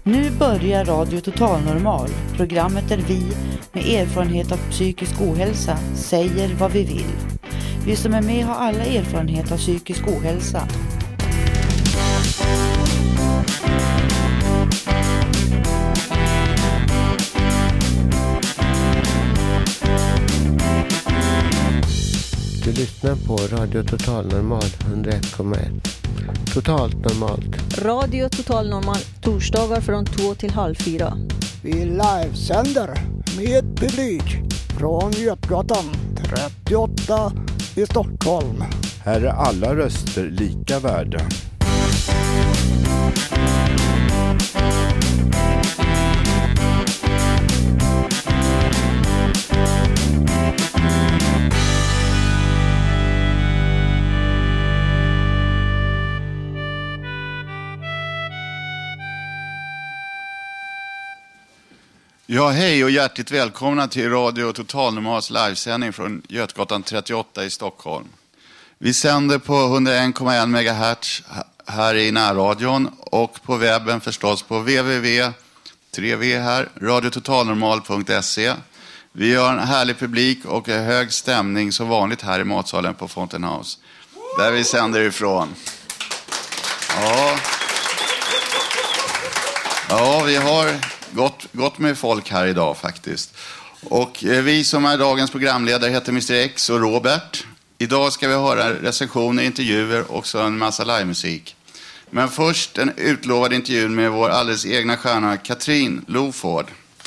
Nu börjar Radio Total Normal, programmet där vi med erfarenhet av psykisk ohälsa säger vad vi vill. Vi som är med har alla erfarenhet av psykisk ohälsa. Du lyssnar på Radio Total Normal 101,1. Totalt normalt. Radio Total Normal, torsdagar från 2 till halv 4. Vi livesänder med publik från Götgatan 38 i Stockholm. Här är alla röster lika värda. Ja, hej och hjärtligt välkomna till Radio Total Normals livesändning från Götgatan 38 i Stockholm. Vi sänder på 101,1 MHz här i närradion och på webben förstås på www.3v här, radiototalnormal.se. Vi har en härlig publik och hög stämning som vanligt här i matsalen på Fountain House, där vi sänder ifrån. Ja, vi har gott med folk här idag faktiskt. Och vi som är dagens programledare heter Mr X och Robert. Idag ska vi höra recensioner, intervjuer och så en massa livemusik. Men först en utlovad intervju med vår alldeles egna stjärna Katrin Loford.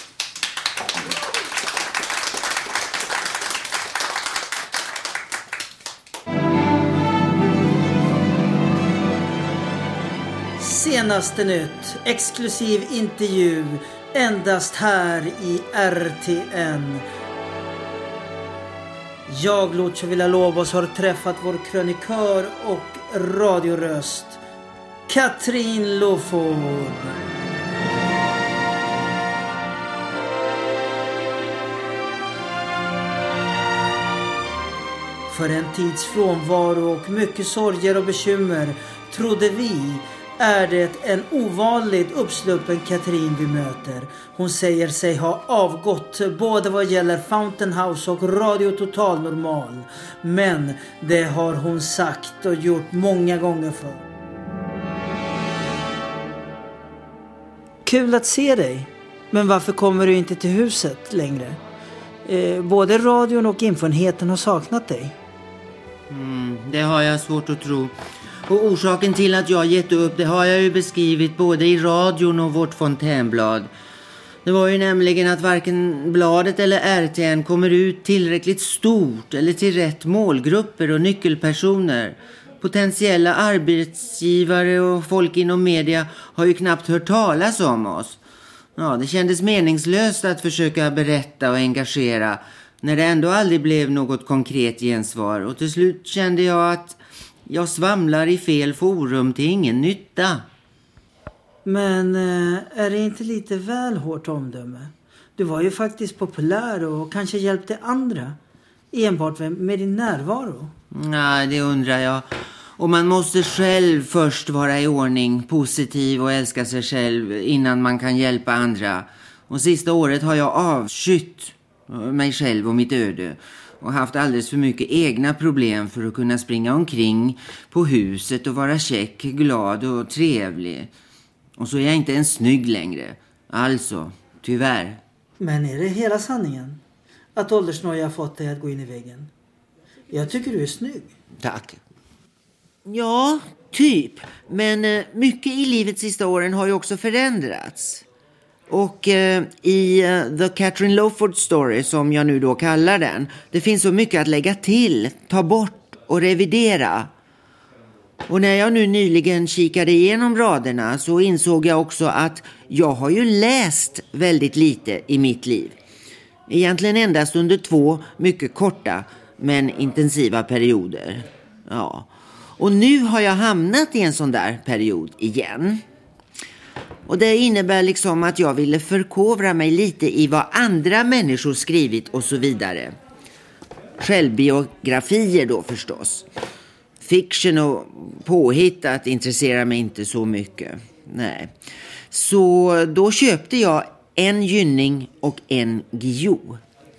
Senaste nytt, exklusiv intervju, endast här i RTN. Jag, Lucio Villalobos, har träffat vår krönikör och radioröst, Katrin Loford. För en tids frånvaro och mycket sorger och bekymmer trodde vi är det en ovanligt uppsluppen Katrin vi möter. Hon säger sig ha avgått både vad gäller Fountain House och Radio Total Normal. Men det har hon sagt och gjort många gånger förr. Kul att se dig. Men varför kommer du inte till huset längre? Både radion och infoenheten har saknat dig. Det har jag svårt att tro. Och orsaken till att jag gett upp, det har jag ju beskrivit både i radion och vårt fontänblad. Det var ju nämligen att varken bladet eller RTN kommer ut tillräckligt stort eller till rätt målgrupper och nyckelpersoner. Potentiella arbetsgivare och folk inom media har ju knappt hört talas om oss. Ja, det kändes meningslöst att försöka berätta och engagera när det ändå aldrig blev något konkret gensvar. Och till slut kände jag att jag svamlar i fel forum till ingen nytta. Men är det inte lite väl hårt omdöme? Du var ju faktiskt populär och kanske hjälpte andra. Enbart med din närvaro. Nej, det undrar jag. Och man måste själv först vara i ordning, positiv och älska sig själv innan man kan hjälpa andra. Och sista året har jag avskytt mig själv och mitt öde. Och haft alldeles för mycket egna problem för att kunna springa omkring på huset och vara käck, glad och trevlig. Och så är jag inte ens snygg längre. Alltså, tyvärr. Men är det hela sanningen? Att åldersnoja har fått dig att gå in i väggen? Jag tycker du är snygg. Tack. Ja, typ. Men mycket i livets sista åren har ju också förändrats. Och i The Katrin Loford Story, som jag nu då kallar den, det finns så mycket att lägga till, ta bort och revidera. Och när jag nu nyligen kikade igenom raderna så insåg jag också att jag har ju läst väldigt lite i mitt liv. Egentligen endast under 2 mycket korta men intensiva perioder. Ja. Och nu har jag hamnat i en sån där period igen. Och det innebär liksom att jag ville förkovra mig lite i vad andra människor skrivit och så vidare. Självbiografier då förstås. Fiction och påhittat intresserar mig inte så mycket. Nej. Så då köpte jag en Gynning och en Guillou.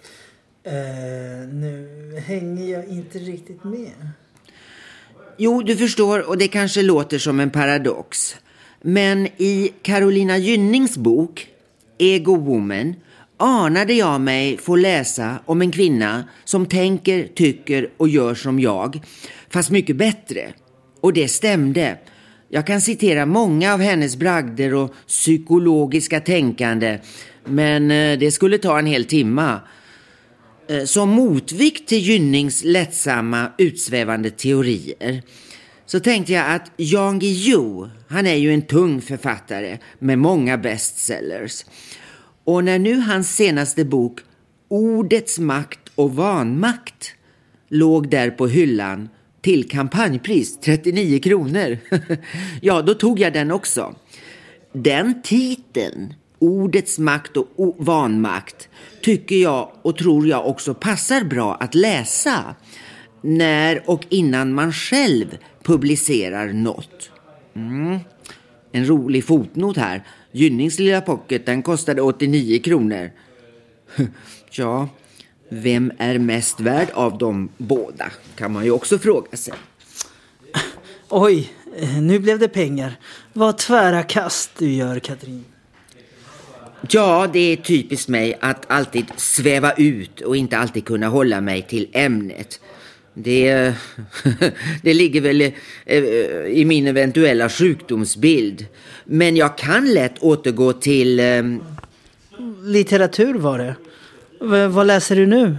Nu hänger jag inte riktigt med. Jo, du förstår, och det kanske låter som en paradox. Men i Carolina Gynnings bok Ego Woman anade jag mig få läsa om en kvinna som tänker, tycker och gör som jag, fast mycket bättre. Och det stämde. Jag kan citera många av hennes bragder och psykologiska tänkande, men det skulle ta en hel timma. Som motvikt till Gynnings lättsamma, utsvävande teorier så tänkte jag att Jan Guillou, han är ju en tung författare med många bestsellers. Och när nu hans senaste bok Ordets makt och vanmakt låg där på hyllan till kampanjpris 39 kronor, ja, då tog jag den också. Den titeln, Ordets makt och vanmakt, tycker jag och tror jag också passar bra att läsa när och innan man själv publicerar något. En rolig fotnot här. Gynnings lilla pocket, den kostade 89 kronor. Ja, vem är mest värd av de båda? Kan man ju också fråga sig. Oj, nu blev det pengar. Vad tvära kast du gör, Katrin. Ja, det är typiskt mig att alltid sväva ut och inte alltid kunna hålla mig till ämnet. Det ligger väl i min eventuella sjukdomsbild. Men jag kan lätt återgå till... Litteratur var det. Vad läser du nu?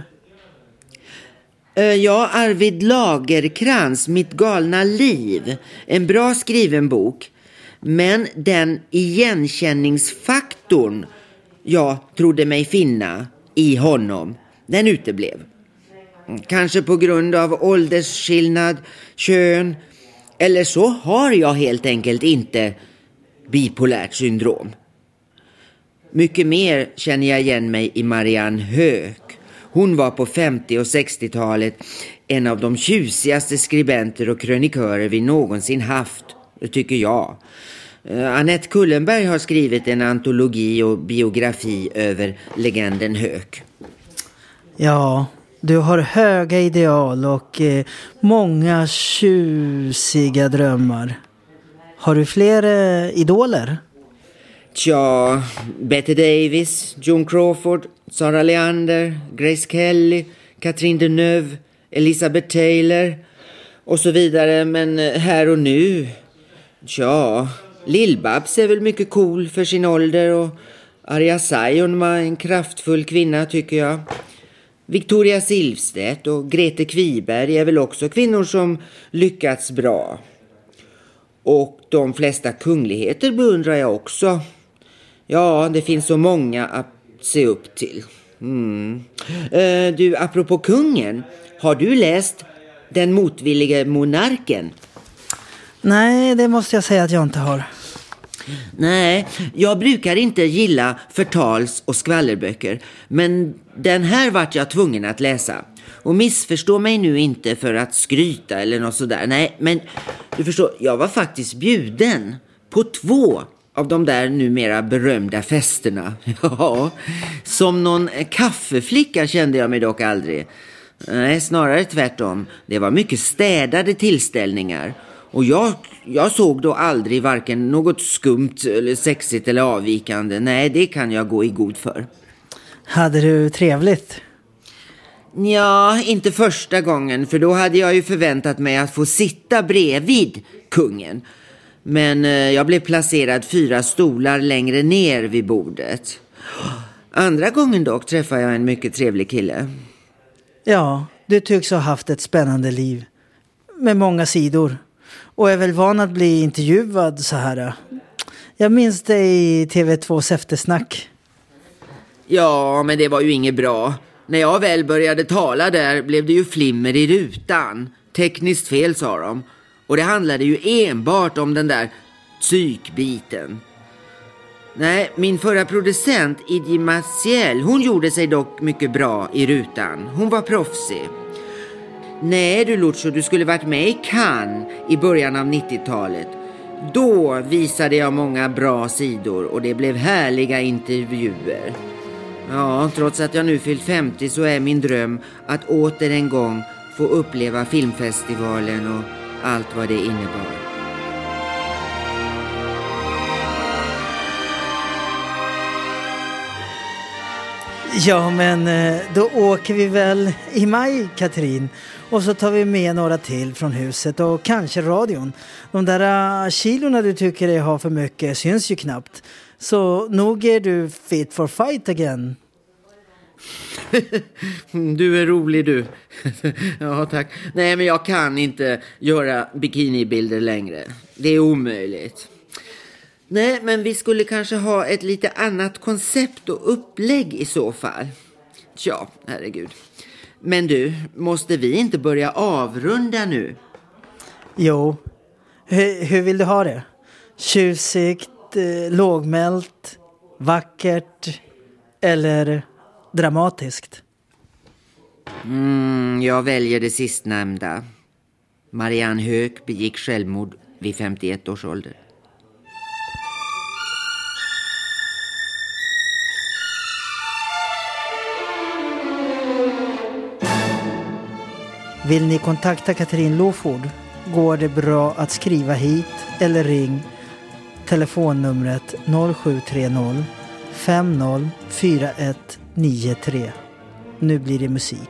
Ja, Arvid Lagerkrans, Mitt galna liv. En bra skriven bok. Men den igenkänningsfaktorn jag trodde mig finna i honom, den uteblev. Kanske på grund av åldersskillnad, kön, eller så har jag helt enkelt inte bipolärt syndrom. Mycket mer känner jag igen mig i Marianne Höök. Hon var på 50- och 60-talet en av de tjusigaste skribenter och krönikörer vi någonsin haft, det tycker jag. Annette Kullenberg har skrivit en antologi och biografi över legenden Höök. Ja, du har höga ideal och många tjusiga drömmar. Har du fler idoler? Tja, Bette Davis, Joan Crawford, Sarah Leander, Grace Kelly, Catherine Deneuve, Elizabeth Taylor och så vidare. Men här och nu, tja, Lill-Babs är väl mycket cool för sin ålder och Arja Saijon var en kraftfull kvinna tycker jag. Victoria Silvstedt och Grete Kviberg är väl också kvinnor som lyckats bra. Och de flesta kungligheter beundrar jag också. Ja, det finns så många att se upp till. Du, apropå kungen, har du läst Den motvillige monarken? Nej, det måste jag säga att jag inte har. Nej, jag brukar inte gilla förtals- och skvallerböcker, men den här vart jag tvungen att läsa. Och missförstå mig nu inte för att skryta eller något sådär. Nej, men du förstår, jag var faktiskt bjuden på 2 av de där numera berömda festerna. Ja, som någon kaffeflicka kände jag mig dock aldrig. Nej, snarare tvärtom. Det var mycket städade tillställningar. Och jag såg då aldrig varken något skumt eller sexigt eller avvikande. Nej, det kan jag gå i god för. Hade du trevligt? Ja, inte första gången, för då hade jag ju förväntat mig att få sitta bredvid kungen. Men jag blev placerad 4 stolar längre ner vid bordet. Andra gången dock träffade jag en mycket trevlig kille. Ja, du tycks ha haft ett spännande liv. Med många sidor. Och är väl van att bli intervjuad så här. Jag minns dig i TV2s eftersnack. Ja, men det var ju inget bra. När jag väl började tala där blev det ju flimmer i rutan. Tekniskt fel, sa de. Och det handlade ju enbart om den där psykbiten. Nej, min förra producent, Idje Maciel, hon gjorde sig dock mycket bra i rutan. Hon var proffsig. Nej du Lucio, du skulle varit med i Cannes i början av 90-talet. Då visade jag många bra sidor och det blev härliga intervjuer. Ja, trots att jag nu fyllt 50 så är min dröm att åter en gång få uppleva filmfestivalen och allt vad det innebar. Ja, men då åker vi väl i maj, Katrin. Och så tar vi med några till från huset och kanske radion. De där kilorna du tycker jag har för mycket syns ju knappt. Så nog är du fit for fight again. Du är rolig du. Ja, tack. Nej, men jag kan inte göra bikinibilder längre. Det är omöjligt. Nej, men vi skulle kanske ha ett lite annat koncept och upplägg i så fall. Ja, herregud. Men du, måste vi inte börja avrunda nu? Jo. Hur vill du ha det? Tjusigt, lågmält, vackert eller dramatiskt? Jag väljer det sistnämnda. Marianne Höök begick självmord vid 51 års ålder. Vill ni kontakta Katrin Loford går det bra att skriva hit eller ring telefonnumret 0730 504193. Nu blir det musik.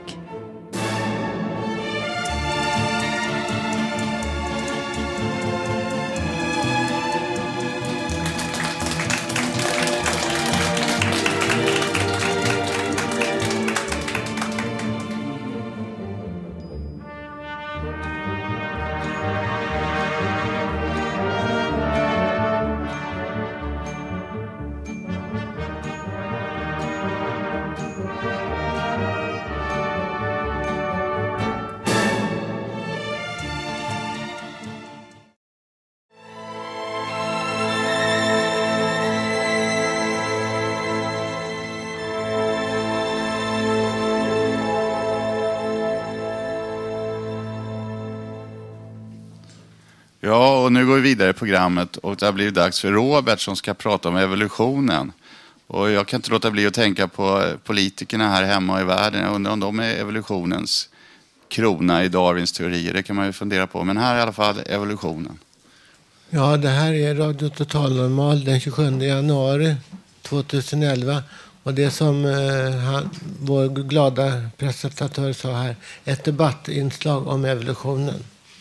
Ja, och nu går vi vidare i programmet och det har blivit dags för Robert som ska prata om evolutionen. Och jag kan inte låta bli att tänka på politikerna här hemma i världen. Jag undrar om de är evolutionens krona i Darwins teorier. Det kan man ju fundera på. Men här är i alla fall evolutionen. Ja, det här är Radio Total Normal den 27 januari 2011. Och det som vår glada presentatör sa här, ett debattinslag om evolutionen.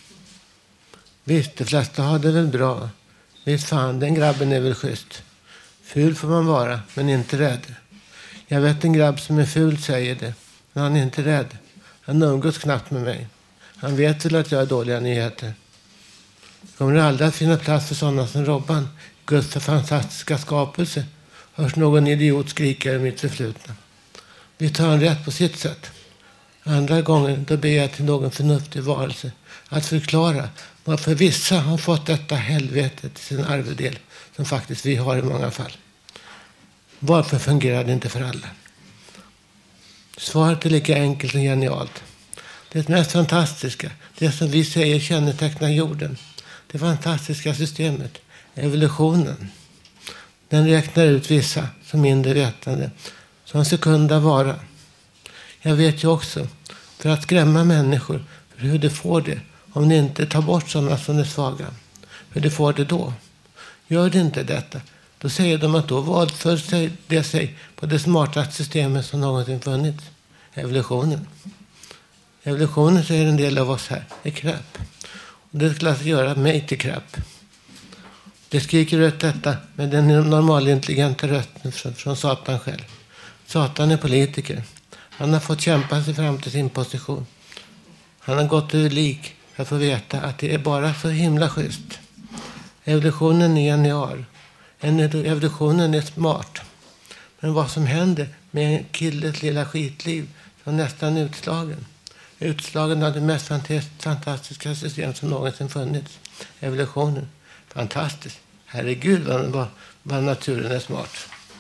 Visst, de flesta har det väl bra. Visst fan, den grabben är väl schysst. Ful får man vara, men inte rädd. Jag vet en grabb som är ful, säger det. Men han är inte rädd. Han umgås knappt med mig. Han vet väl att jag är dåliga nyheter. Kommer det aldrig att finna plats för sådana som Robban? Guds fantastiska skapelse. Hörs någon idiot skrika i mitt förflutna. Vi tar han rätt på sitt sätt. Andra gånger då ber jag till någon förnuftig varelse att förklara varför vissa har fått detta helvete till sin arvedel som faktiskt vi har i många fall. Varför fungerar det inte för alla? Svaret är lika enkelt och genialt. Det mest fantastiska, det som vi säger kännetecknar jorden, det fantastiska systemet, evolutionen. Den räknar ut vissa som mindre vetande, som sekunda vara. Jag vet ju också, för att skrämma människor för hur de får det, om ni inte tar bort sådana som är svaga. Hur de får det då? Gör det inte detta, då säger de att då våldför det sig på det smartaste systemet som någonsin funnits. Evolutionen. Evolutionen, säger en del av oss här, är kräp. Och det skulle alltså göra mig till kräp. Det skriker ut detta med den normalintelligenta rösten från Satan själv. Satan är politiker. Han har fått kämpa sig fram till sin position. Han har gått ur lik för att få veta att det är bara så himla schysst. Evolutionen är genial. Evolutionen är smart. Men vad som händer med en killes lilla skitliv som nästan utslagen. Utslagen av det mest fantastiska system som någonsin funnits. Evolutionen. Fantastiskt. Herregud vad naturen är smart.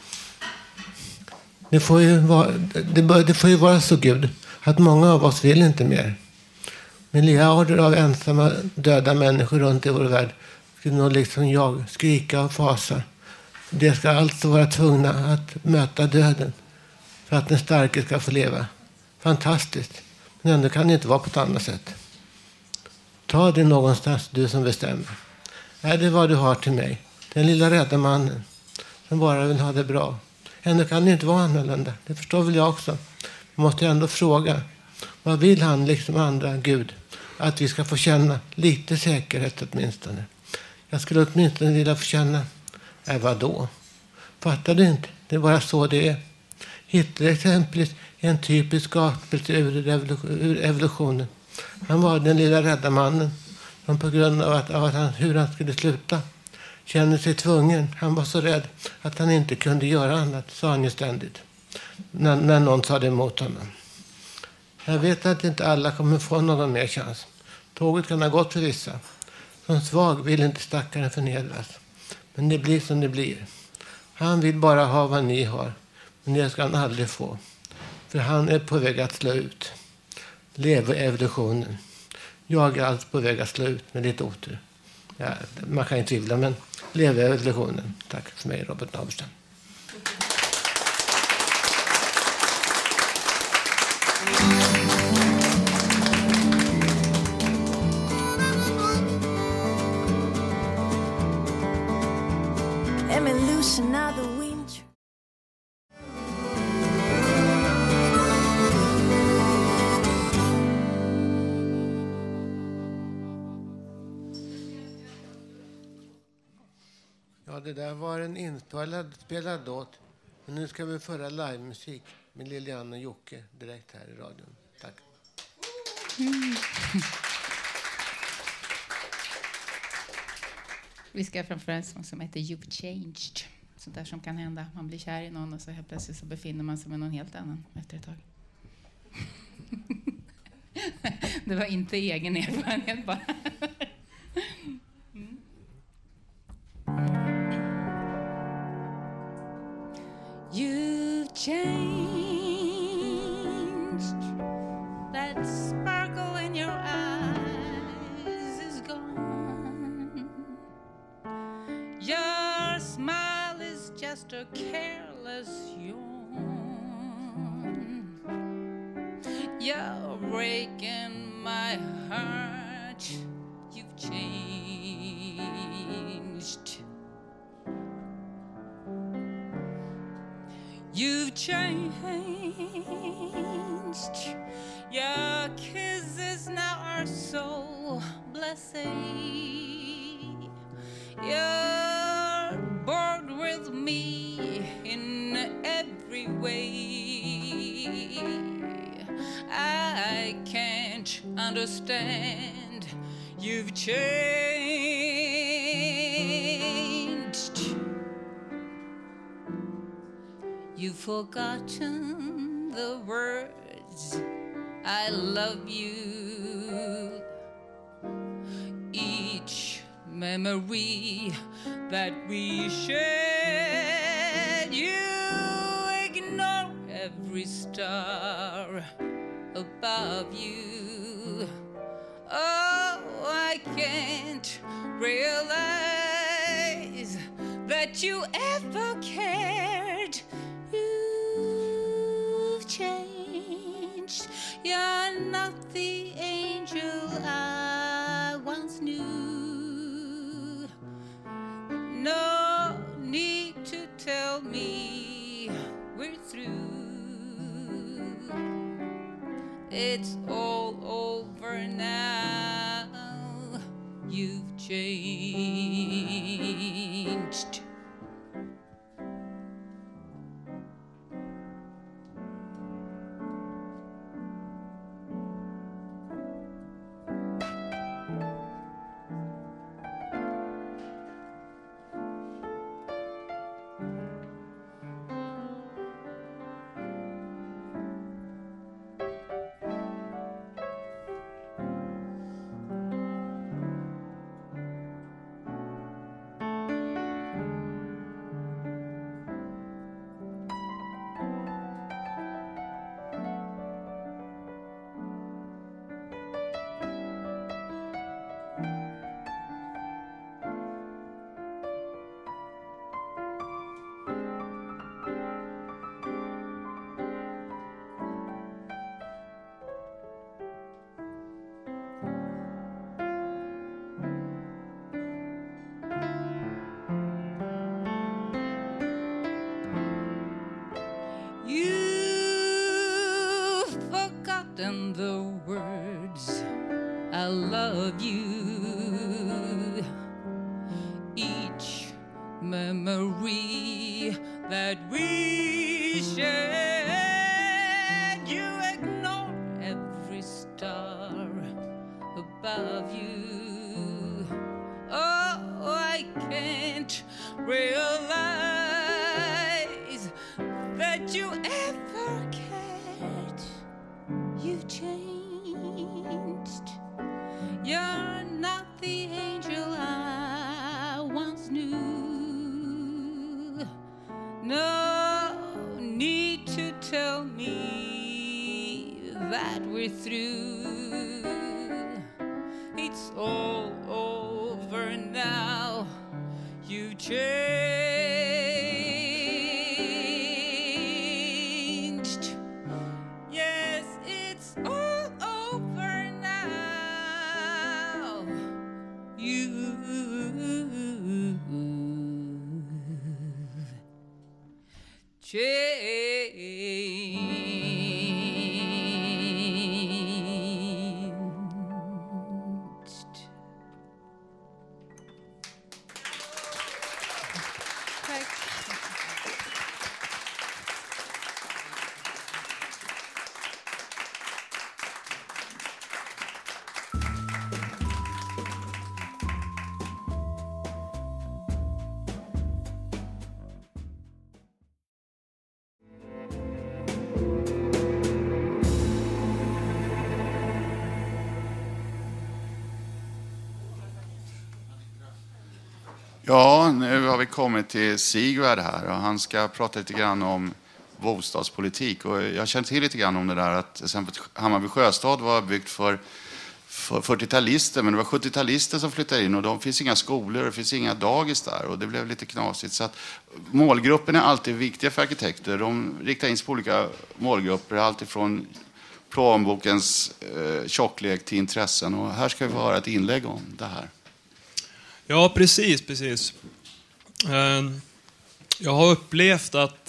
Det får ju vara så, Gud, att många av oss vill inte mer. Miljarder av ensamma döda människor runt i vår värld skulle nog liksom jag skrika och fasa. Det ska alltså vara tvungna att möta döden för att den starke ska få leva. Fantastiskt. Men ändå kan det inte vara på ett annat sätt. Ta det någonstans, du som bestämmer. Är det vad du har till mig? Den lilla rädda mannen som bara vill ha det bra. Ändå kan det inte vara annorlunda. Det förstår väl jag också. Man måste ändå fråga. Vad vill han liksom andra, Gud? Att vi ska få känna lite säkerhet åtminstone. Jag skulle åtminstone vilja få känna. Vad då? Fattar du inte? Det är bara så det är. Hitler exempelvis är en typisk skapelse ur evolutionen. Han var den lilla rädda mannen som på grund av hur han skulle sluta kände sig tvungen. Han var så rädd att han inte kunde göra annat, sa han ju ständigt. När någon sa det emot honom. Jag vet att inte alla kommer få någon mer chans. Tåget kan ha gått för vissa. Som svag vill inte stackaren förnedras. Men det blir som det blir. Han vill bara ha vad ni har. Men det ska han aldrig få. För han är på väg att slå ut. Leva evolutionen. Jag är alltså på väg att slå ut med lite otur. Ja, man kan inte tvivla, men leva evolutionen. Tack för mig, Robert Naberström. Ja, det där var en inspelad låt. Men nu ska vi föra livemusik med Lilian och Jocke direkt här i radion. Tack. Vi ska framföra en sång som heter You've Changed. Sånt där som kan hända. Man blir kär i någon och så helt plötsligt så befinner man sig med någon helt annan efter ett tag. Det var inte egen erfarenhet bara. You've changed. That sparkle in your eyes is gone. Your smile is just a careless yawn. You're breaking my heart. You've changed. You've changed. Your kisses now are so blessed. You're bored with me in every way. I can't understand. You've changed. You've forgotten the words I love you. Each memory that we shared, you ignore every star above you. Oh, I can't realize that you ever cared. You've changed. You're not the angel I once knew. No need to tell me we're through. It's all over now. You've changed. of you. Each memory that we shared, you ignore every star above you. Oh, I can't realize that you ever cared. You changed. You're not the angel I once knew. No need to tell me that we're through. It's all over now. You changed. Yes, it's all over now. You've changed. Ja, nu har vi kommit till Sigvard här och han ska prata lite grann om bostadspolitik. Och jag känner till lite grann om det där att till exempel Hammarby Sjöstad var byggt för 40-talister, men det var 70-talister som flyttade in och det finns inga skolor, det finns inga dagis där och det blev lite knasigt. Så att målgruppen är alltid viktiga för arkitekter. De riktar in sig på olika målgrupper, alltifrån plånbokens tjocklek till intressen. Och här ska vi höra ett inlägg om det här. Ja, precis. Jag har upplevt att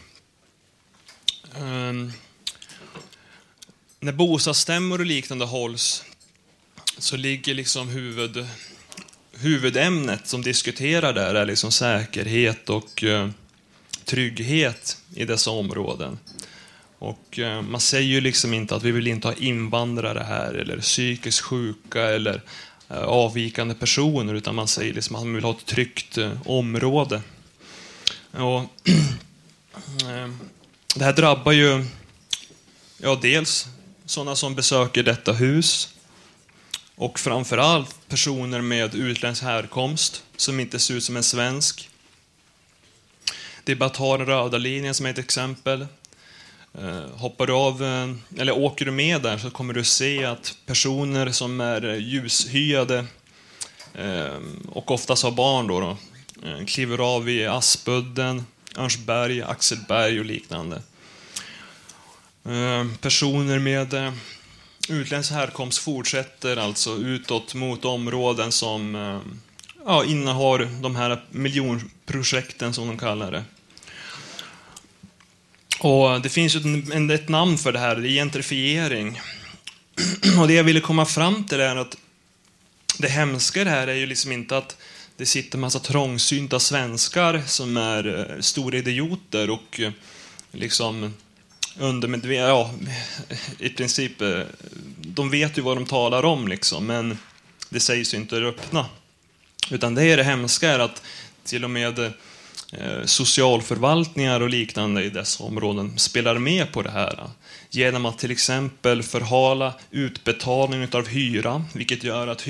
när bostadsstämmor och liknande hålls så ligger liksom huvudämnet som diskuterar där är liksom säkerhet och trygghet i dessa områden. Och man säger ju liksom inte att vi vill inte ha invandrare här eller psykiskt sjuka eller avvikande personer, utan man säger liksom att man vill ha ett tryggt område. Och det här drabbar ju dels sådana som besöker detta hus och framförallt personer med utländsk härkomst som inte ser ut som en svensk. Det är bara att ta den röda linjen som ett exempel. Hoppar du av eller åker du med där så kommer du se att personer som är ljushyade och oftast har barn då kliver av i Aspudden, Örnsberg, Axelberg och liknande. Personer med utländsk härkomst fortsätter alltså utåt mot områden som innehar de här miljonprojekten som de kallar det. Och det finns ju ett namn för det här, det är gentrifiering. Och det jag ville komma fram till är att det hemska det här är ju liksom inte att det sitter en massa trångsynta svenskar som är stora idioter och liksom i princip de vet ju vad de talar om liksom, men det sägs ju inte öppna. Utan det hemska är att till och med socialförvaltningar och liknande i dessa områden spelar med på det här genom att till exempel förhala utbetalning av hyra, vilket gör att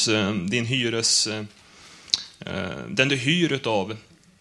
den du hyr utav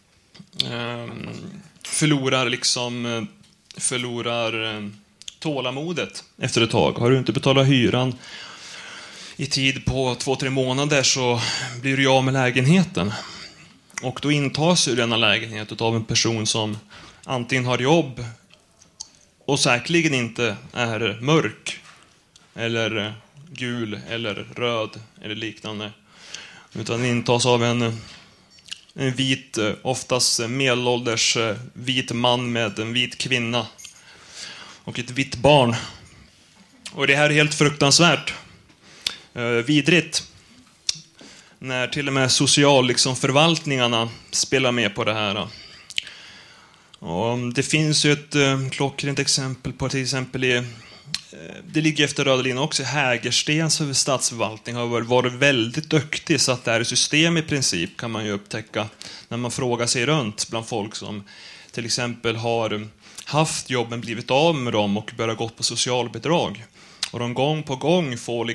förlorar tålamodet efter ett tag. Har du inte betalat hyran i tid på 2-3 månader så blir du av med lägenheten. Och då intas ju denna lägenhet av en person som antingen har jobb och säkerligen inte är mörk eller gul eller röd eller liknande, utan intas av en vit, oftast medelålders vit man med en vit kvinna och ett vitt barn. Och det här är helt fruktansvärt. vidrigt. När till och med förvaltningarna spelar med på det här. Och det finns ju ett klockrent exempel på till exempel det ligger efter Röda linjen också. Hägerstens statsförvaltning har varit väldigt duktig, så att det här är system i princip kan man ju upptäcka när man frågar sig runt bland folk som till exempel har haft jobben, blivit av med dem och börjat gå på socialbidrag. Och de gång på gång får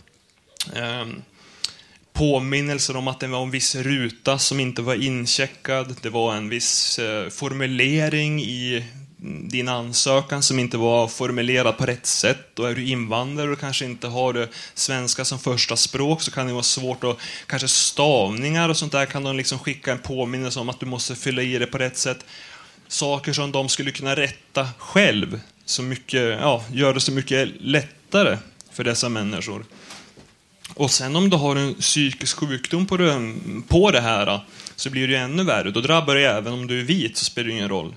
påminnelser om att det var en viss ruta som inte var incheckad. Det var en viss formulering i din ansökan som inte var formulerad på rätt sätt. Och är du invandrare och kanske inte har svenska som första språk, så kan det vara svårt att kanske stavningar och sånt där kan de skicka en påminnelse om att du måste fylla i det på rätt sätt. Saker som de skulle kunna rätta själv, så mycket, gör det så mycket lättare för dessa människor. Och sen om du har en psykisk sjukdom på det här, så blir det ju ännu värre. Då drabbar det även om du är vit, så spelar det ingen roll.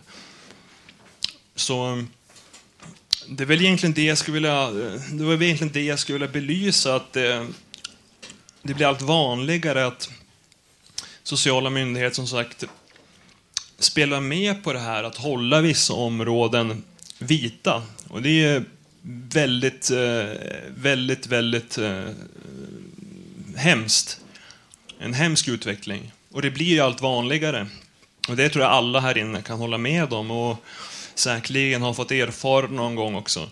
Så det är väl egentligen det jag skulle vilja belysa, att det blir allt vanligare att sociala myndigheter som sagt spelar med på det här att hålla vissa områden vita. Och det är väldigt, väldigt, väldigt hemskt. En hemsk utveckling. Och det blir ju allt vanligare. Och det tror jag alla här inne kan hålla med om. Och säkerligen har fått erfara någon gång också.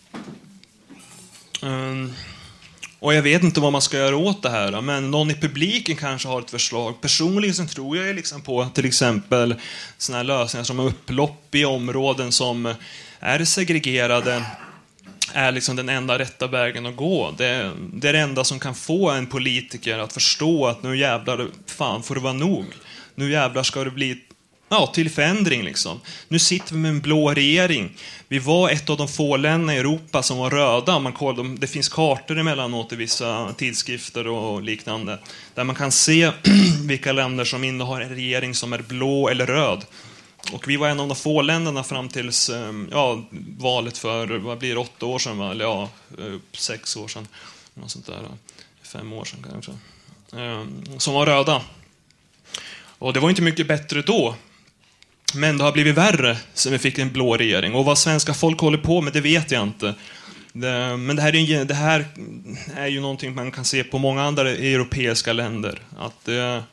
Och jag vet inte vad man ska göra åt det här. Men någon i publiken kanske har ett förslag. Personligen så tror jag på till exempel såna här lösningar som upplopp i områden som är segregerade. Är den enda rätta vägen att gå. Det är det enda som kan få en politiker att förstå att nu jävlar fan får det vara nog. Nu jävlar ska det bli till förändring . Nu sitter vi med en blå regering. Vi var ett av de få länderna i Europa som var röda. Man kollar, det finns kartor emellanåt i vissa tidskrifter och liknande. Där man kan se vilka länder som innehar en regering som är blå eller röd. Och vi var en av de få länderna fram tills valet för 8 år sedan, va? Eller 6 år sedan, något sånt där, 5 år sedan kanske, som var röda. Och det var inte mycket bättre då, men det har blivit värre sen vi fick en blå regering. Och vad svenska folk håller på med, det vet jag inte. Men det här är ju någonting man kan se på många andra europeiska länder, att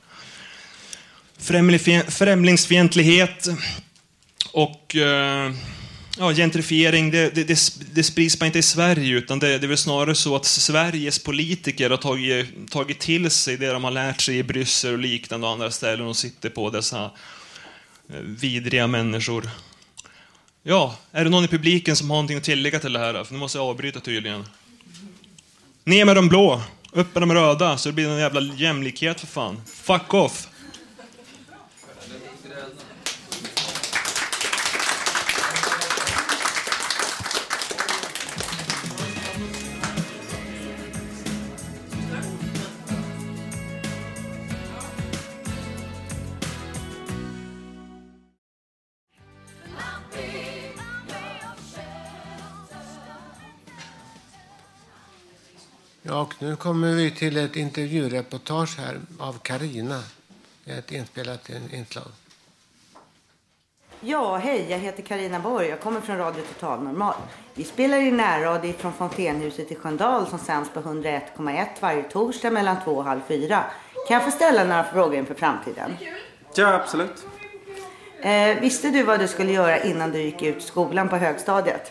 främlingsfientlighet och gentrifiering, det sprids bara inte i Sverige, utan det är väl snarare så att Sveriges politiker har tagit till sig det de har lärt sig i Bryssel och liknande och andra ställen och sitter på dessa vidriga människor. Är det någon i publiken som har någonting att tillägga till det här? För nu måste jag avbryta tydligen. Ner med de blå, upp med de röda, så det blir en jävla jämlikhet för fan. Fuck off! Ja, och nu kommer vi till ett intervjureportage här av Carina. Ett inspelat inslag. Ja, hej, jag heter Carina Borg. Jag kommer från Radio Total Normal. Vi spelar i närradio från Fontänhuset i Sköndal som sänds på 101,1 varje torsdag mellan 2 och halv 4. Kan jag få ställa några frågor inför framtiden? Ja, absolut. Visste du vad du skulle göra innan du gick ut skolan på högstadiet?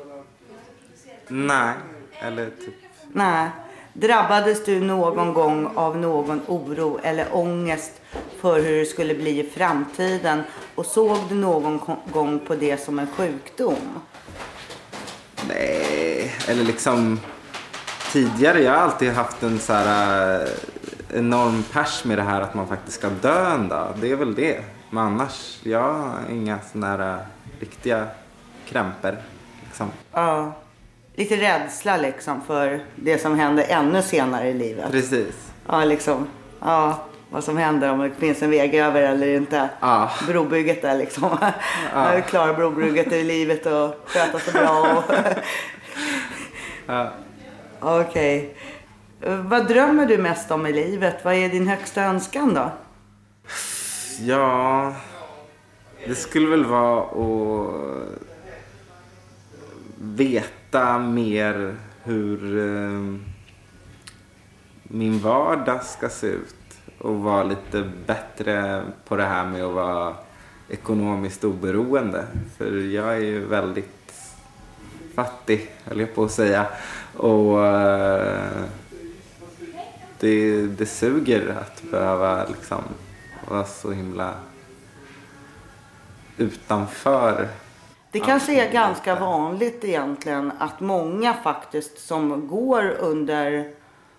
Nej, eller typ... Nej. Drabbades du någon gång av någon oro eller ångest för hur det skulle bli i framtiden? Och såg du någon gång på det som en sjukdom? Nej, eller tidigare, jag har alltid haft en så här enorm pers med det här att man faktiskt ska dö en dag. Det är väl det. Men annars, jag har inga såna här riktiga krämpor. Ja. Lite rädsla för det som händer ännu senare i livet. Precis. Ja, vad som händer om det finns en väg över eller inte. Ja. Brobygget där Ja. Hur klarar brobygget i livet och sköta sig bra. Ja. Okej. Vad drömmer du mest om i livet? Vad är din högsta önskan då? Ja, det skulle väl vara att veta mer hur min vardag ska se ut. Och vara lite bättre på det här med att vara ekonomiskt oberoende. För jag är ju väldigt fattig, höll jag på att säga. Och det suger att behöva liksom vara så himla utanför. Det kanske är ganska vanligt egentligen att många faktiskt som går under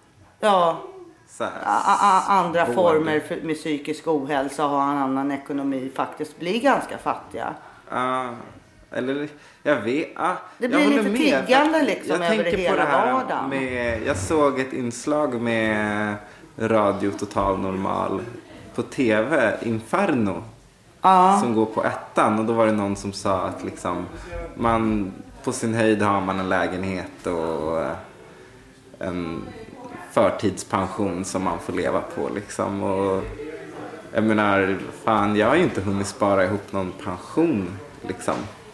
andra former med psykisk ohälsa och har en annan ekonomi faktiskt blir ganska fattiga. Eller jag vet. Det blir lite tiggande liksom över hela vardagen. Jag såg ett inslag med Radio Total Normal på TV, Inferno. Som går på 1:an, och då var det någon som sa att liksom, man på sin höjd har man en lägenhet och en förtidspension som man får leva på liksom. Och jag menar, fan, jag har ju inte hunnit spara ihop någon pension liksom.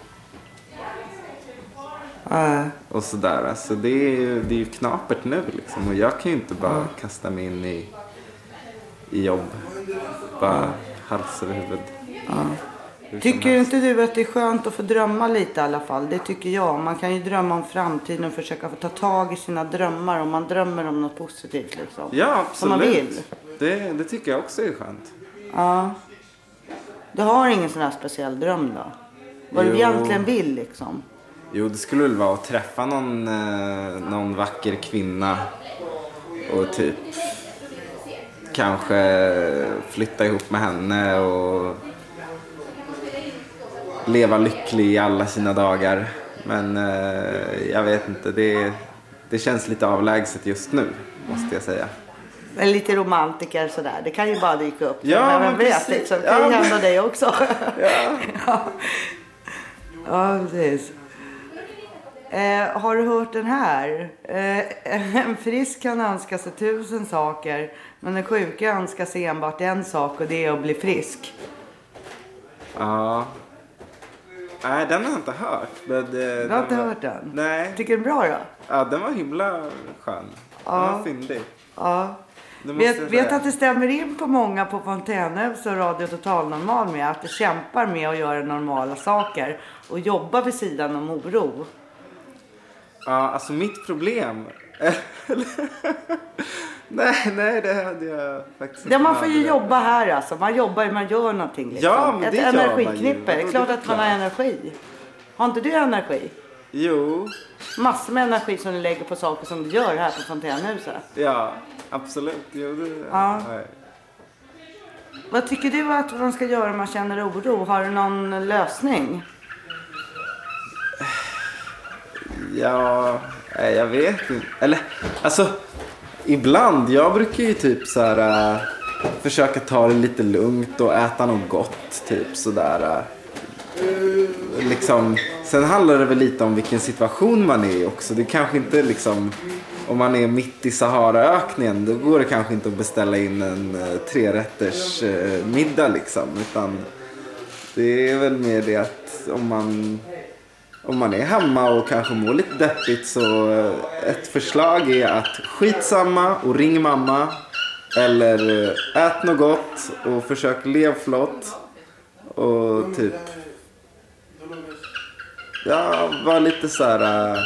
Och sådär, alltså det är ju knapert nu liksom. Och jag kan ju inte bara kasta mig in i jobb bara hals över huvud. Tycker inte du att det är skönt att få drömma lite i alla fall? Det tycker jag. Man kan ju drömma om framtiden och försöka få ta tag i sina drömmar om man drömmer om något positivt liksom. Ja, absolut. Som man vill. Det tycker jag också är skönt. Ja. Du har ingen sån här speciell dröm då? Vad du egentligen vill liksom? Jo, det skulle väl vara att träffa någon vacker kvinna och typ kanske flytta ihop med henne och leva lycklig i alla sina dagar. Men jag vet inte, det känns lite avlägset just nu, måste jag säga. Men lite romantiker sådär, det kan ju bara dyka upp. Ja, men vet liksom, det kan ju hända dig också. Ja, precis. Har du hört den här? En frisk kan önska sig 1000 saker, men den sjuka önskar sig enbart en sak, och det är att bli frisk. Ja. Nej, den har jag inte hört. Men du har inte hört den? Nej. Tycker du den är bra då? Ja, den var himla skön. Den var fyndig. Ja. Vet att det stämmer in på många på Fontänhus och Radio Total Normal med att de kämpar med att göra normala saker och jobba vid sidan om oro. Ja, alltså mitt problem... nej, det hade jag faktiskt inte. Ja, man får ju jobba här alltså. Man jobbar, man gör någonting liksom. Ja, men det ett gör energiknippe. Det är klart att man har energi. Har inte du energi? Jo. Massor med energi som du lägger på saker som du gör här på Fontänhuset. Ja, absolut. Jo, ja. Vad tycker du att man ska göra om man känner oro? Har du någon lösning? Ja, jag vet inte. Eller, alltså, ibland. Jag brukar ju typ så här försöka ta det lite lugnt och äta något gott, typ sådär. Liksom, sen handlar det väl lite om vilken situation man är i också. Det kanske inte liksom, om man är mitt i Saharaöknen, då går det kanske inte att beställa in en 3-rätters middag liksom. Utan det är väl mer det att om man är hemma och kanske mår lite deppigt, så ett förslag är att skitsamma och ring mamma. Eller ät något gott och försök leva flott. Och typ... Ja, var lite så här...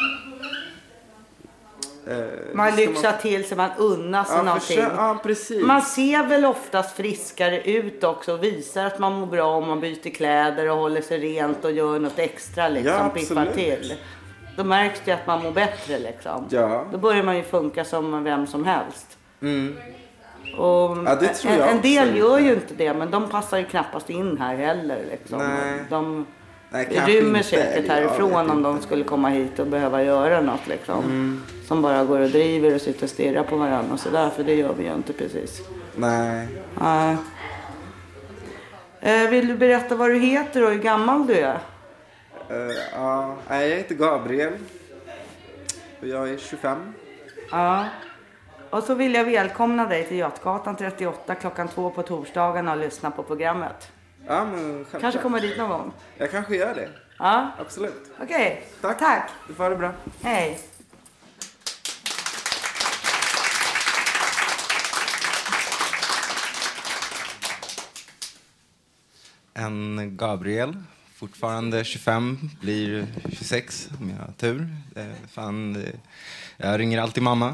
Man lyxar till så man unnar sig någonting. Ja, precis. Man ser väl oftast friskare ut också och visar att man mår bra om man byter kläder och håller sig rent och gör något extra liksom, ja, piffar till. Då märks det att man mår bättre liksom. Ja. Då börjar man ju funka som vem som helst. Mm. Och ja, det tror jag en del gör ju inte det, men de passar ju knappast in här heller liksom. Nej. De Nej, rymmer säkert härifrån om de skulle komma hit och behöva göra något liksom. Som bara går och driver och sitter och stirrar på varandra och sådär, för det gör vi ju inte precis. Nej. Vill du berätta vad du heter och hur gammal du är? Ja, jag heter Gabriel och jag är 25. Ja. Och så vill jag välkomna dig till Götgatan 38 klockan 2 på torsdagarna och lyssna på programmet. Ja, men självklart. Kanske kommer dit någon gång. Jag kanske gör det. Ja. Absolut. Okej. Tack. Du får ha det bra. Hej. En Gabriel, fortfarande 25, blir 26 om jag har tur. Jag ringer alltid mamma.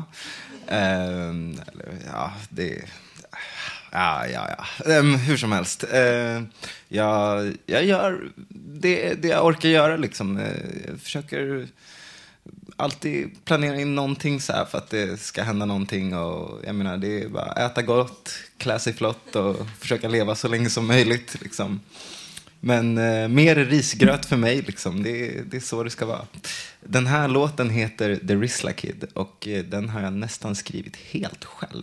Hur som helst. Jag gör det jag orkar göra liksom. Jag försöker alltid planera in någonting så här för att det ska hända någonting. Och jag menar, det är bara äta gott, klä sig flott och försöka leva så länge som möjligt liksom. Men mer risgröt för mig liksom. Det är så det ska vara. Den här låten heter The Rizla Kid och den har jag nästan skrivit helt själv.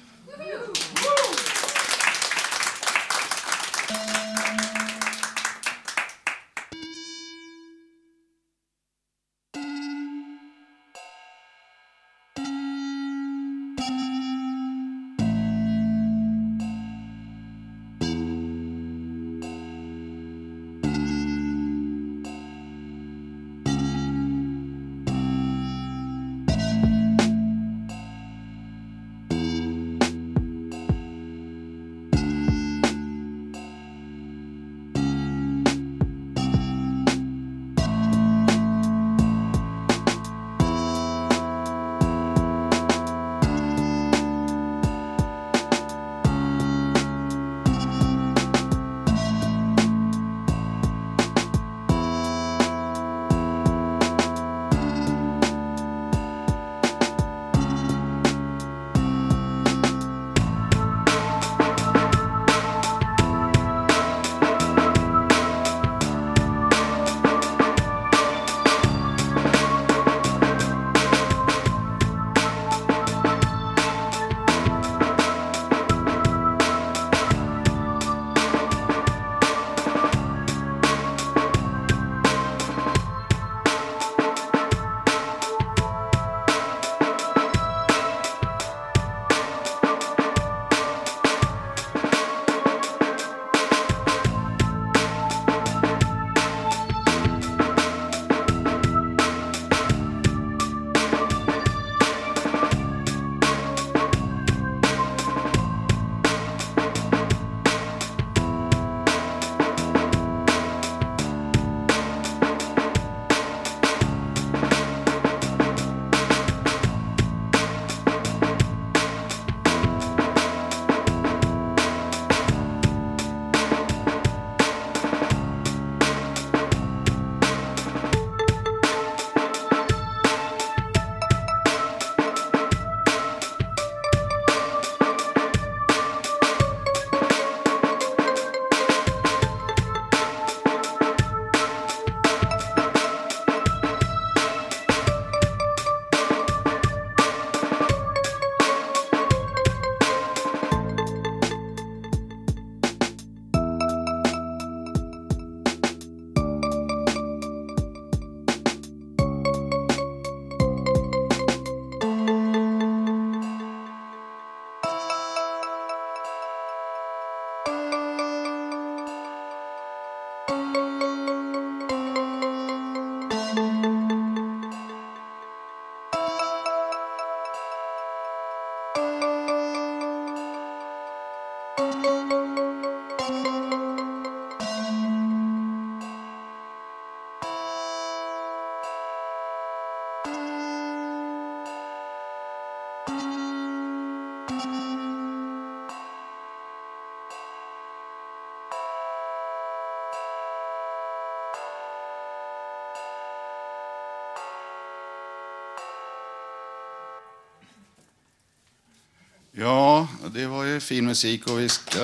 Ja, det var ju fin musik och vi ska...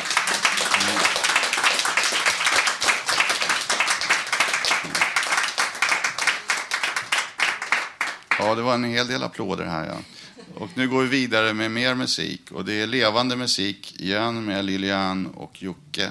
Ja, det var en hel del applåder här, ja. Och nu går vi vidare med mer musik. Och det är levande musik igen med Lilian och Jocke.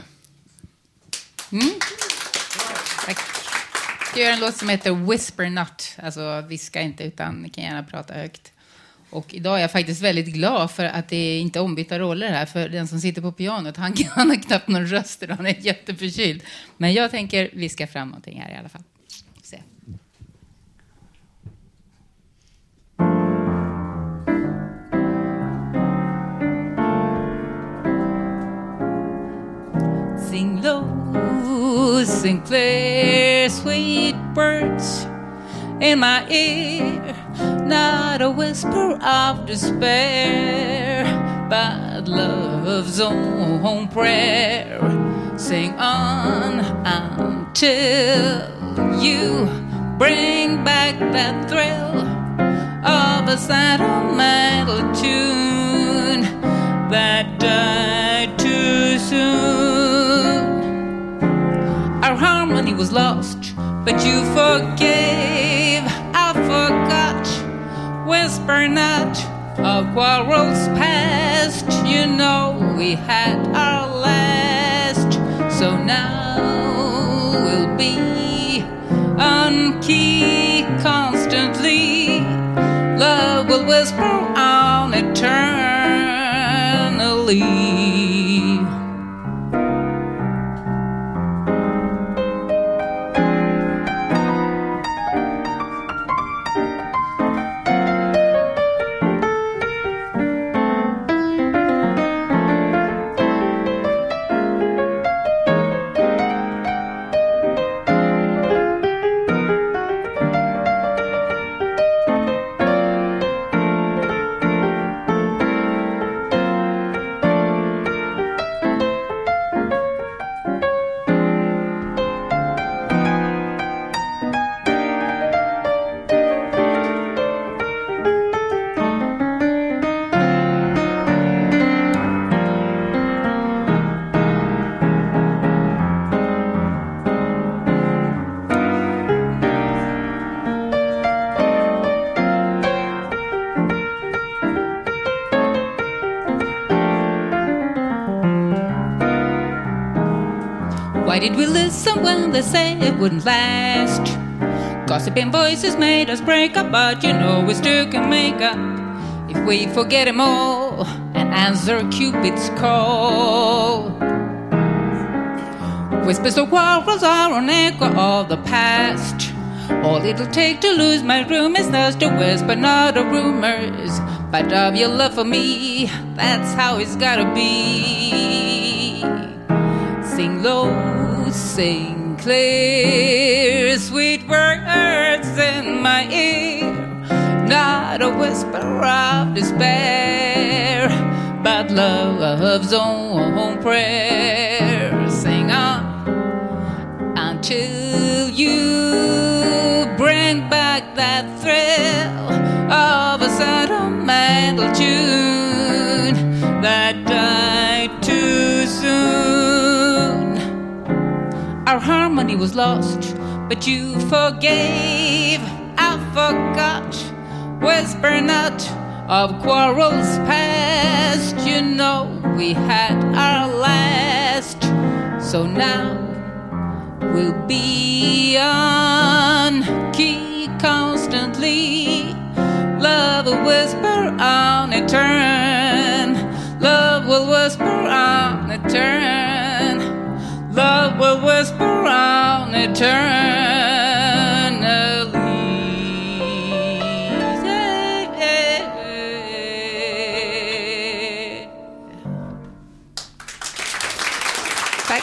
Tack. Jag gör en låt som heter Whisper Not. Alltså viska inte, utan ni kan gärna prata högt. Och idag är jag faktiskt väldigt glad för att det inte är ombytta roller här. För den som sitter på pianot, han har knappt någon röst och han är jätteförkyld. Men jag tänker vi ska fram någonting här i alla fall. Se. Sing low, sing clear, sweet birds in my ear, not a whisper of despair, but love's own prayer. Sing on until you bring back that thrill of a sentimental tune that died too soon. Our harmony was lost, but you forgave. I forgot. Whisper not of quarrels past. You know we had our last. So now we'll be on key constantly. Love will whisper on eternally. Why did we listen when they said it wouldn't last? Gossiping voices made us break up, but you know we still can make up if we forget them all and answer Cupid's call. Whispers of quarrels are an echo of the past. All it'll take to lose my room is just a whisper, not of rumors, but of your love for me. That's how it's gotta be. Sing low, sing clear, sweet words in my ear, not a whisper of despair, but love's own prayer. Sing on until you bring back that thrill of a sentimental tune that died too soon. Our harmony was lost, but you forgave. I forgot. Whisper not of quarrels past. You know we had our last. So now we'll be on key constantly. Love will whisper on a turn. Love will whisper on a turn. Love will whisper on eternally. Tack.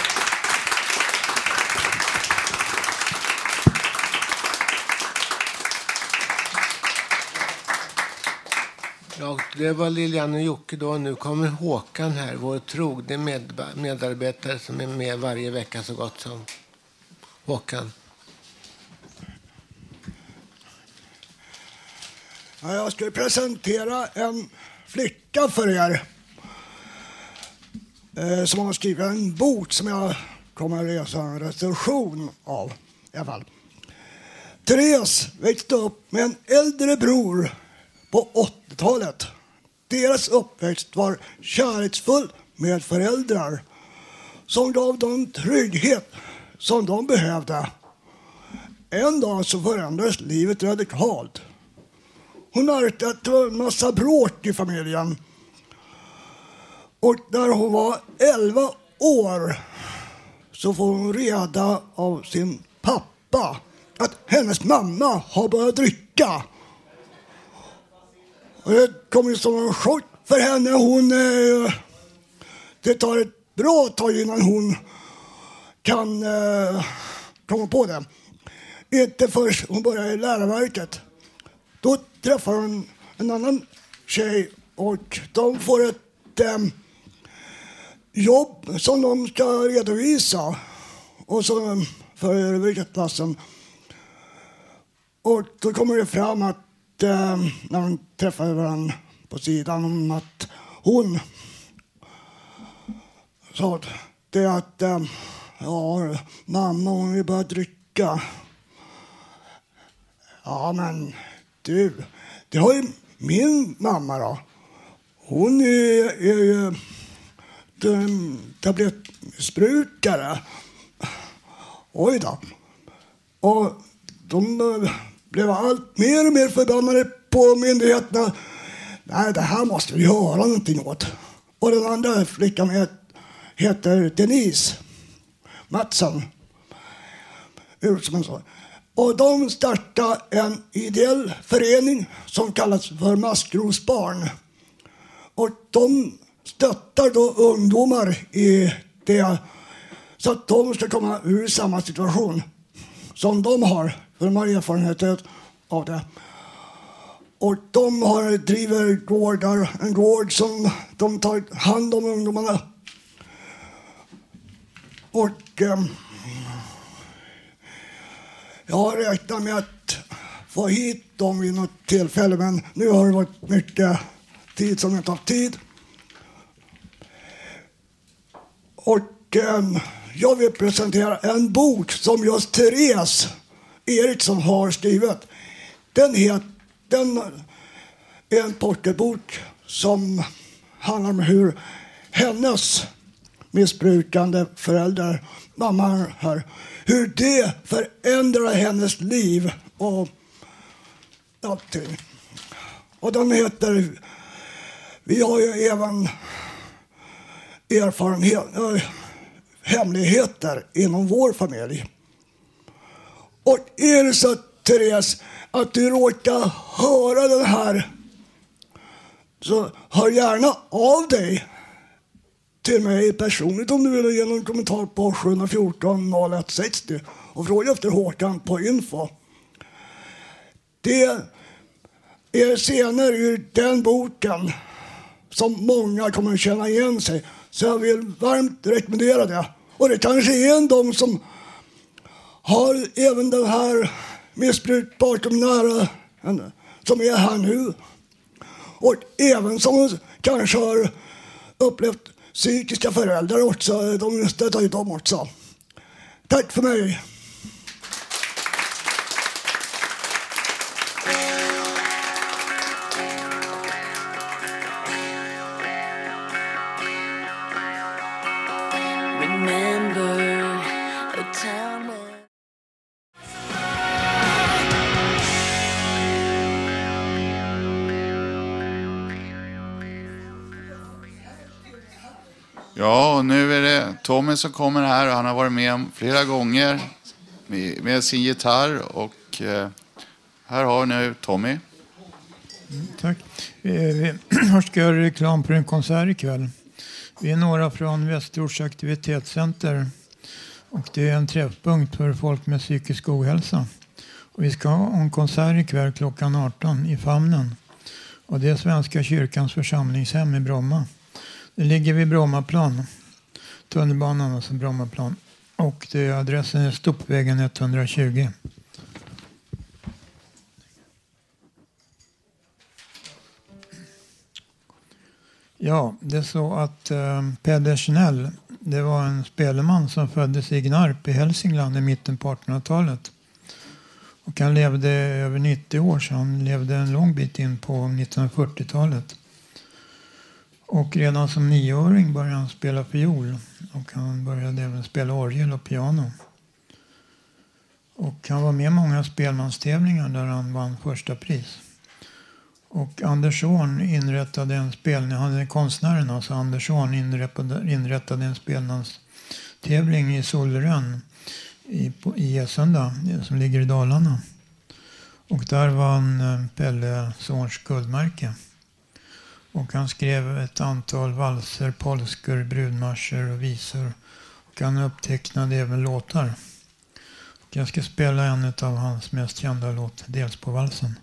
Ja, det var Lilian och Jocke då. Nu kommer Håkan här, vår trogne medarbetare som är med varje vecka så gott som. Håkan. Ja, jag ska presentera en flicka för er som har skrivit en bok som jag kommer att läsa en recension av i alla fall. Therese växte upp med en äldre bror på 80-talet. Deras uppväxt var kärleksfull med föräldrar som gav dem trygghet som de behövde. En dag så förändrades livet radikalt. hon märkte att det var en massa bråk i familjen. Och när hon var 11 år så får hon reda av sin pappa att hennes mamma har börjat dricka. Och det kommer som en chock för henne. Det tar ett bra tag innan hon kan komma på det. Inte först hon börjar i lärarverket. Då träffar hon en annan tjej och de får ett jobb som de ska redovisa. Och så för överviktsklassen. Och då kommer det fram att när de träffar varandra på sidan om att hon sa det att ja, mamma hon vill bara dricka. Ja men du, det har ju min mamma då. Hon är ju tablettmissbrukare. Oj då. Och de blev allt mer och mer förbannade på myndigheterna. Nej, det här måste vi göra någonting åt. Och den andra flickan heter Denise Mattsson. Och de startade en ideell förening som kallas för Maskrosbarn. Och de stöttar då ungdomar i det så att de ska komma ur samma situation som de har. För de har erfarenheter av det. Och de driver gårdar, en gård som de tar hand om ungdomarna. Och jag räknar med att få hit dem vid något tillfälle. Men nu har det varit mycket tid som inte har tid. Och jag vill presentera en bok som just Therese Eriksson har skrivit. Den är en pocketbok som handlar om hur hennes missbrukande föräldrar, mamma här, hur det förändrar hennes liv och allting. Och den heter, vi har ju även hemligheter inom vår familj. Och är det så, Therese, att du råkar höra den här, så hör gärna av dig till mig personligt om du vill ge någon kommentar på 714 0160 och fråga efter Håkan på info. Det är scener ur den boken som många kommer att känna igen sig. Så jag vill varmt rekommendera det. Och det kanske är en de som har även den här missbruk bakom nära som är här nu. Och även som kanske har upplevt psykiska föräldrar också. De stöttar ju dem också. Tack för mig. Ja, och nu är det Tommy som kommer här och han har varit med om flera gånger med sin gitarr och här har nu Tommy. Tack. Vi ska göra reklam på en konsert ikväll. Vi är några från Västerorts aktivitetscenter och det är en träffpunkt för folk med psykisk ohälsa. Och vi ska ha en konsert ikväll klockan 18 i Famnen. Och det är Svenska kyrkans församlingshem i Bromma. Det ligger vid Brommaplan, tunnelbanan och så Brommaplan. Och adressen är Stoppvägen 120. Ja, det är så att Peder Schnell, det var en spelman som föddes i Gnarp i Hälsingland i mitten på 1800-talet. Och han levde över 90 år, så han levde en lång bit in på 1940-talet. Och redan som 9-åring började han spela fiol. Och han började även spela orgel och piano. Och han var med i många spelmanstävlingar där han vann första pris. Och Andersson inrättade en spelning, han är konstnären alltså, Andersson inrättade en spelningstävling i Solrön i Esunda som ligger i Dalarna. Och där vann Pelle Zorns guldmärke. Och han skrev ett antal valser, polskor, brudmarscher och visor. Och han upptecknade även låtar. Och jag ska spela en av hans mest kända låt, dels på valsen.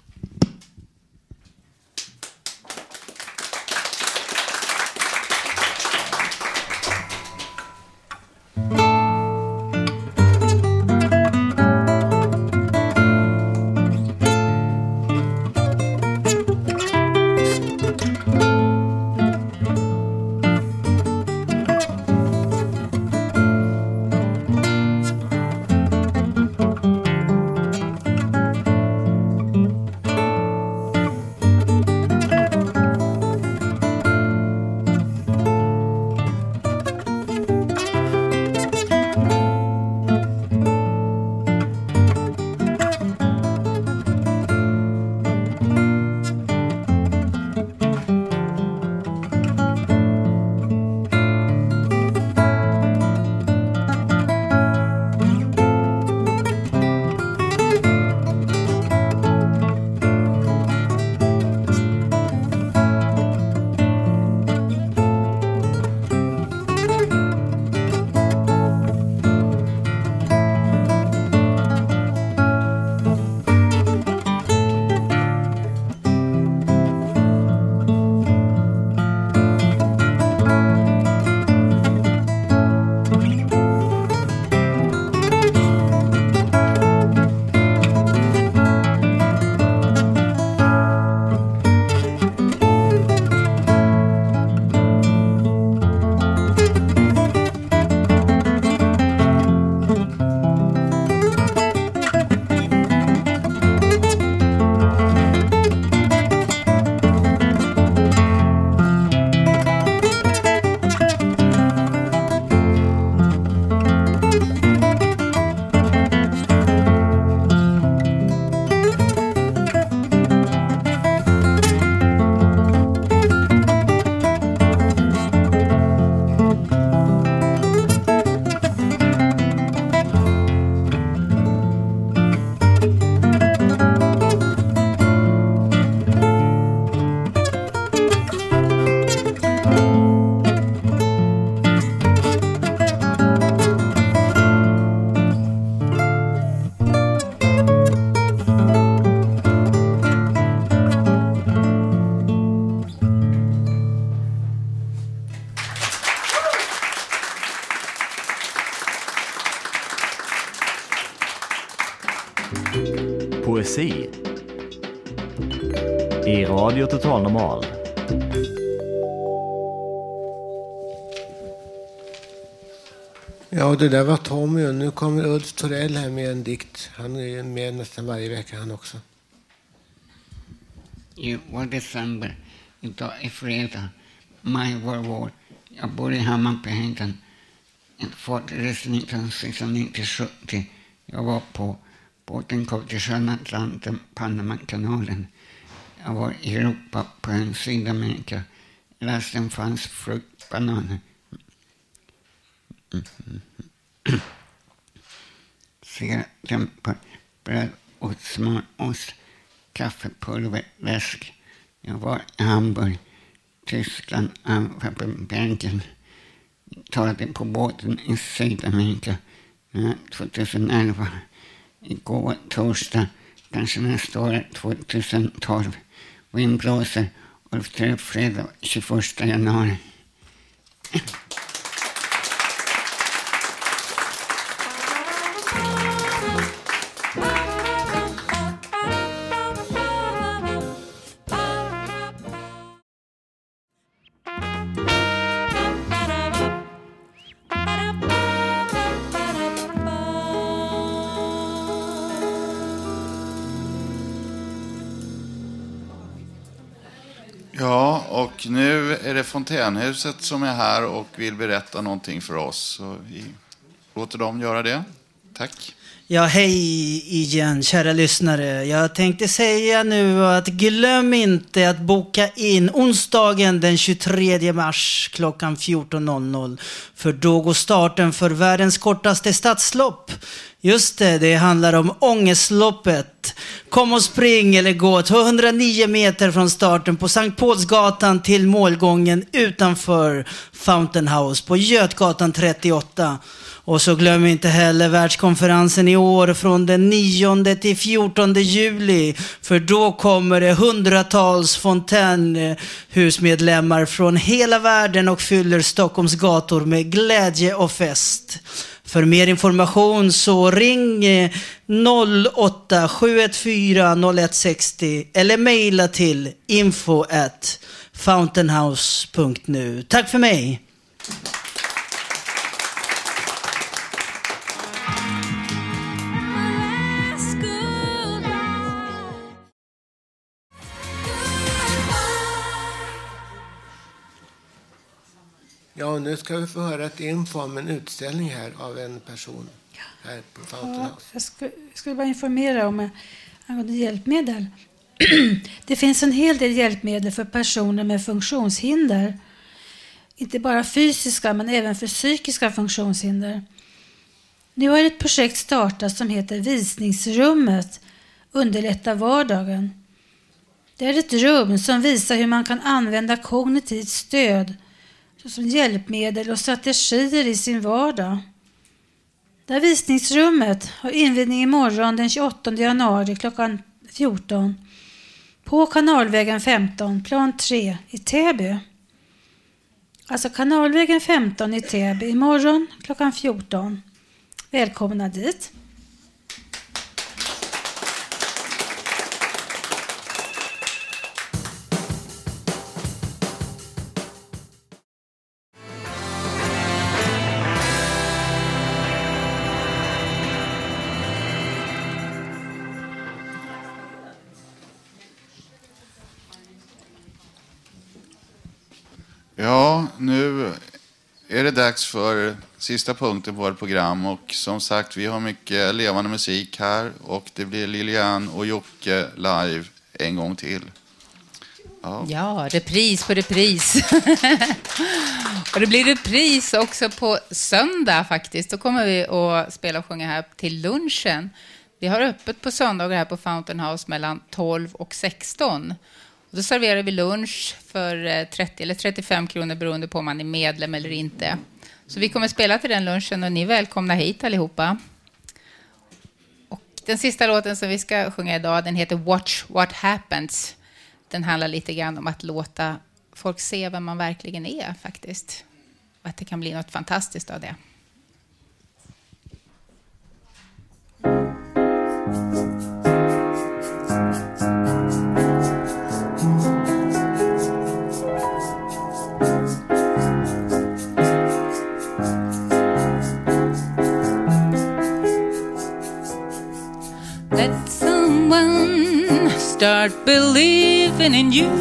Poesi i Radio Total Normal. Ja, det där var Tommy och nu kommer Ulf Torell här med en dikt. Han är med nästan varje vecka han också. Det var december. Idag är fredag. Maj var vår. Jag bor i Hammarbyhöjden. En fartresa 1960-70. Jag var på båten kom till sjön Atlanten, Panamakanalen. Jag var i Europa på en Sydamerika. Lasten fanns frukt, bananer. Cigarettdämpar, bröd och smörost, kaffepulver, läsk. Jag var i Hamburg, Tyskland, Antwerpen, Belgien. Talade på båten i Sydamerika 2011. Igår torsdag, kanske nästa år 2012. Vindblåser och fredag 21 januari. Ja, och nu är det Fontänhuset som är här och vill berätta någonting för oss. Så vi låter dem göra det. Tack. Ja, hej igen kära lyssnare. Jag tänkte säga nu att glöm inte att boka in onsdagen den 23 mars klockan 14.00. För då går starten för världens kortaste stadslopp. Just det, det handlar om Ångestloppet. Kom och spring eller gå 209 meter från starten på Sankt Paulsgatan till målgången utanför Fountain House på Götgatan 38. Och så glöm inte heller världskonferensen i år från den 9 till 14 juli. För då kommer det hundratals fontänhusmedlemmar från hela världen och fyller Stockholms gator med glädje och fest. För mer information så ring 08-714-0160 eller mejla till info@fountainhouse.nu. Tack för mig! Ja, och nu ska vi få höra ett info om en utställning här av en person här på Fountain House. Jag skulle bara informera om angående hjälpmedel. Det finns en hel del hjälpmedel för personer med funktionshinder. Inte bara fysiska men även för psykiska funktionshinder. Nu har ett projekt startat som heter Visningsrummet. Underlätta vardagen. Det är ett rum som visar hur man kan använda kognitivt stöd som hjälpmedel och strategier i sin vardag. Det här visningsrummet har invigning imorgon den 28 januari klockan 14 på Kanalvägen 15, plan 3 i Täby. Alltså Kanalvägen 15 i Täby imorgon klockan 14. Välkomna dit. Ja, nu är det dags för sista punkten på vårt program. Och som sagt, vi har mycket levande musik här. Och det blir Lilian och Jocke live en gång till. Ja, repris på repris. Och det blir repris också på söndag faktiskt. Då kommer vi att spela och sjunga här till lunchen. Vi har öppet på söndagar här på Fountain House mellan 12 och 16. Och då serverar vi lunch för 30 eller 35 kronor beroende på om man är medlem eller inte. Så vi kommer spela till den lunchen och ni är välkomna hit allihopa. Och den sista låten som vi ska sjunga idag, den heter Watch What Happens. Den handlar lite grann om att låta folk se vem man verkligen är faktiskt. Och att det kan bli något fantastiskt av det. Let someone start believing in you.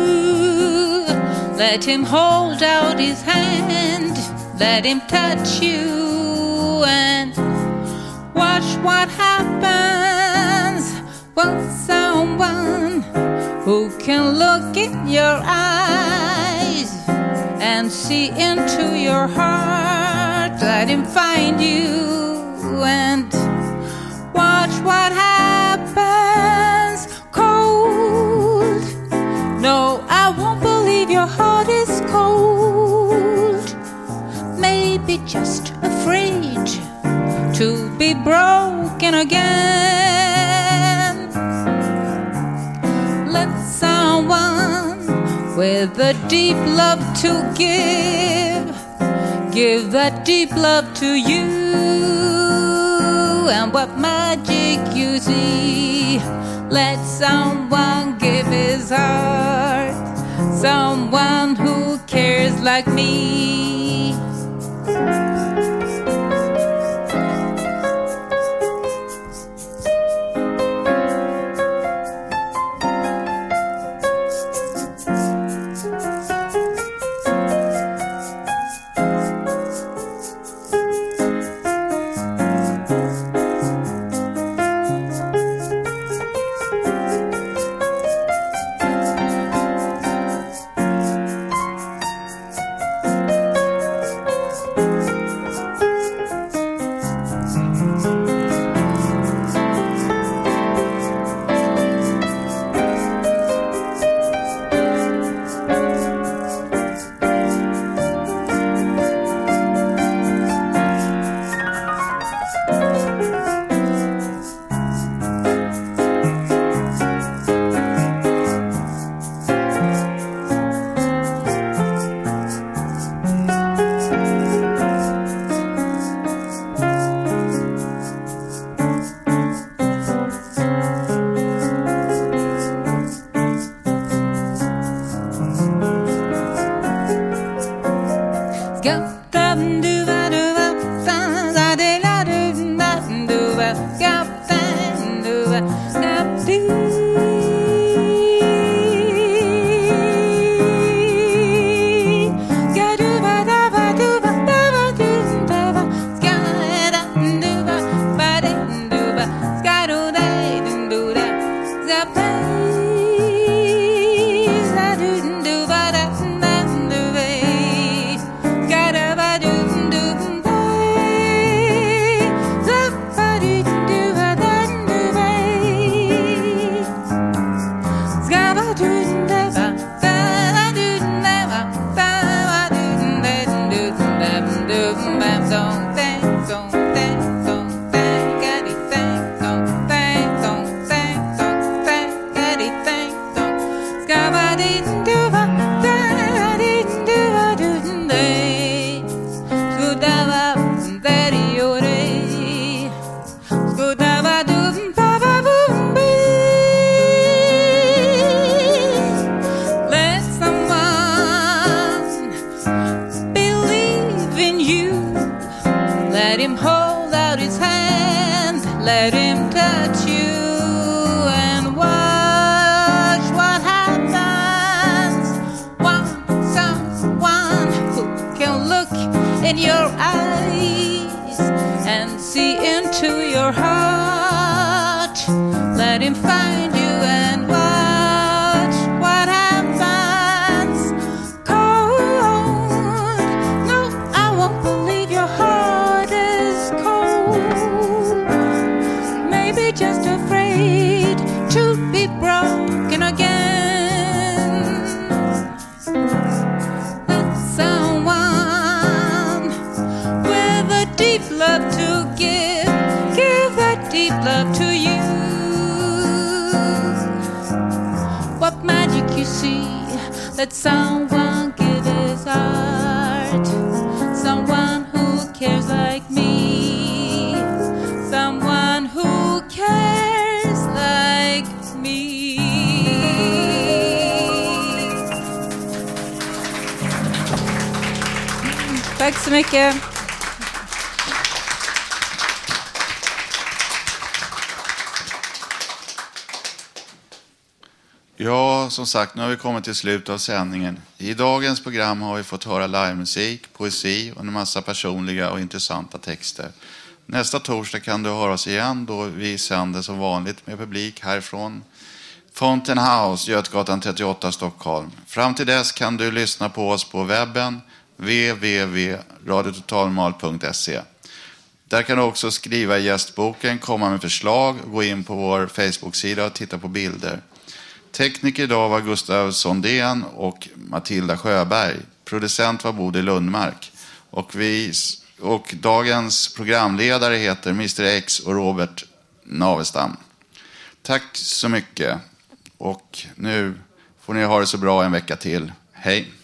Let him hold out his hand. Let him touch you and watch what happens when someone who can look in your eyes and see into your heart. Let him find you and watch what happens. Cold. No, I won't believe your heart is cold. Maybe just afraid to be broken again. Let someone with a deep love to give that deep love to you. And what magic you see. Let someone give his heart. Someone who cares like me. Let him hold out his hand, let him touch you, and watch what happens. Someone who can look in your eyes and see into your heart. Let him find you and watch what happens. Cold, no, I won't believe your heart is cold. Maybe just afraid to be broken again. Let someone with a deep love to give that deep love to you. What magic you see, let someone give his heart. Someone who cares like me. Someone who cares like me. Tack så mycket. Ja, som sagt, nu har vi kommit till slutet av sändningen. I dagens program har vi fått höra livemusik, poesi och en massa personliga och intressanta texter. Nästa torsdag kan du höra oss igen då vi sänder som vanligt med publik härifrån Fountain House, Götgatan 38, Stockholm. Fram till dess kan du lyssna på oss på webben www.radiototalnormal.se. Där kan du också skriva i gästboken, komma med förslag, gå in på vår Facebook-sida och titta på bilder. Tekniker idag var Gustav Sondén och Matilda Sjöberg. Producent var Bodil Lundmark. Och dagens programledare heter Mr. X och Robert Navestam. Tack så mycket. Och nu får ni ha det så bra en vecka till. Hej!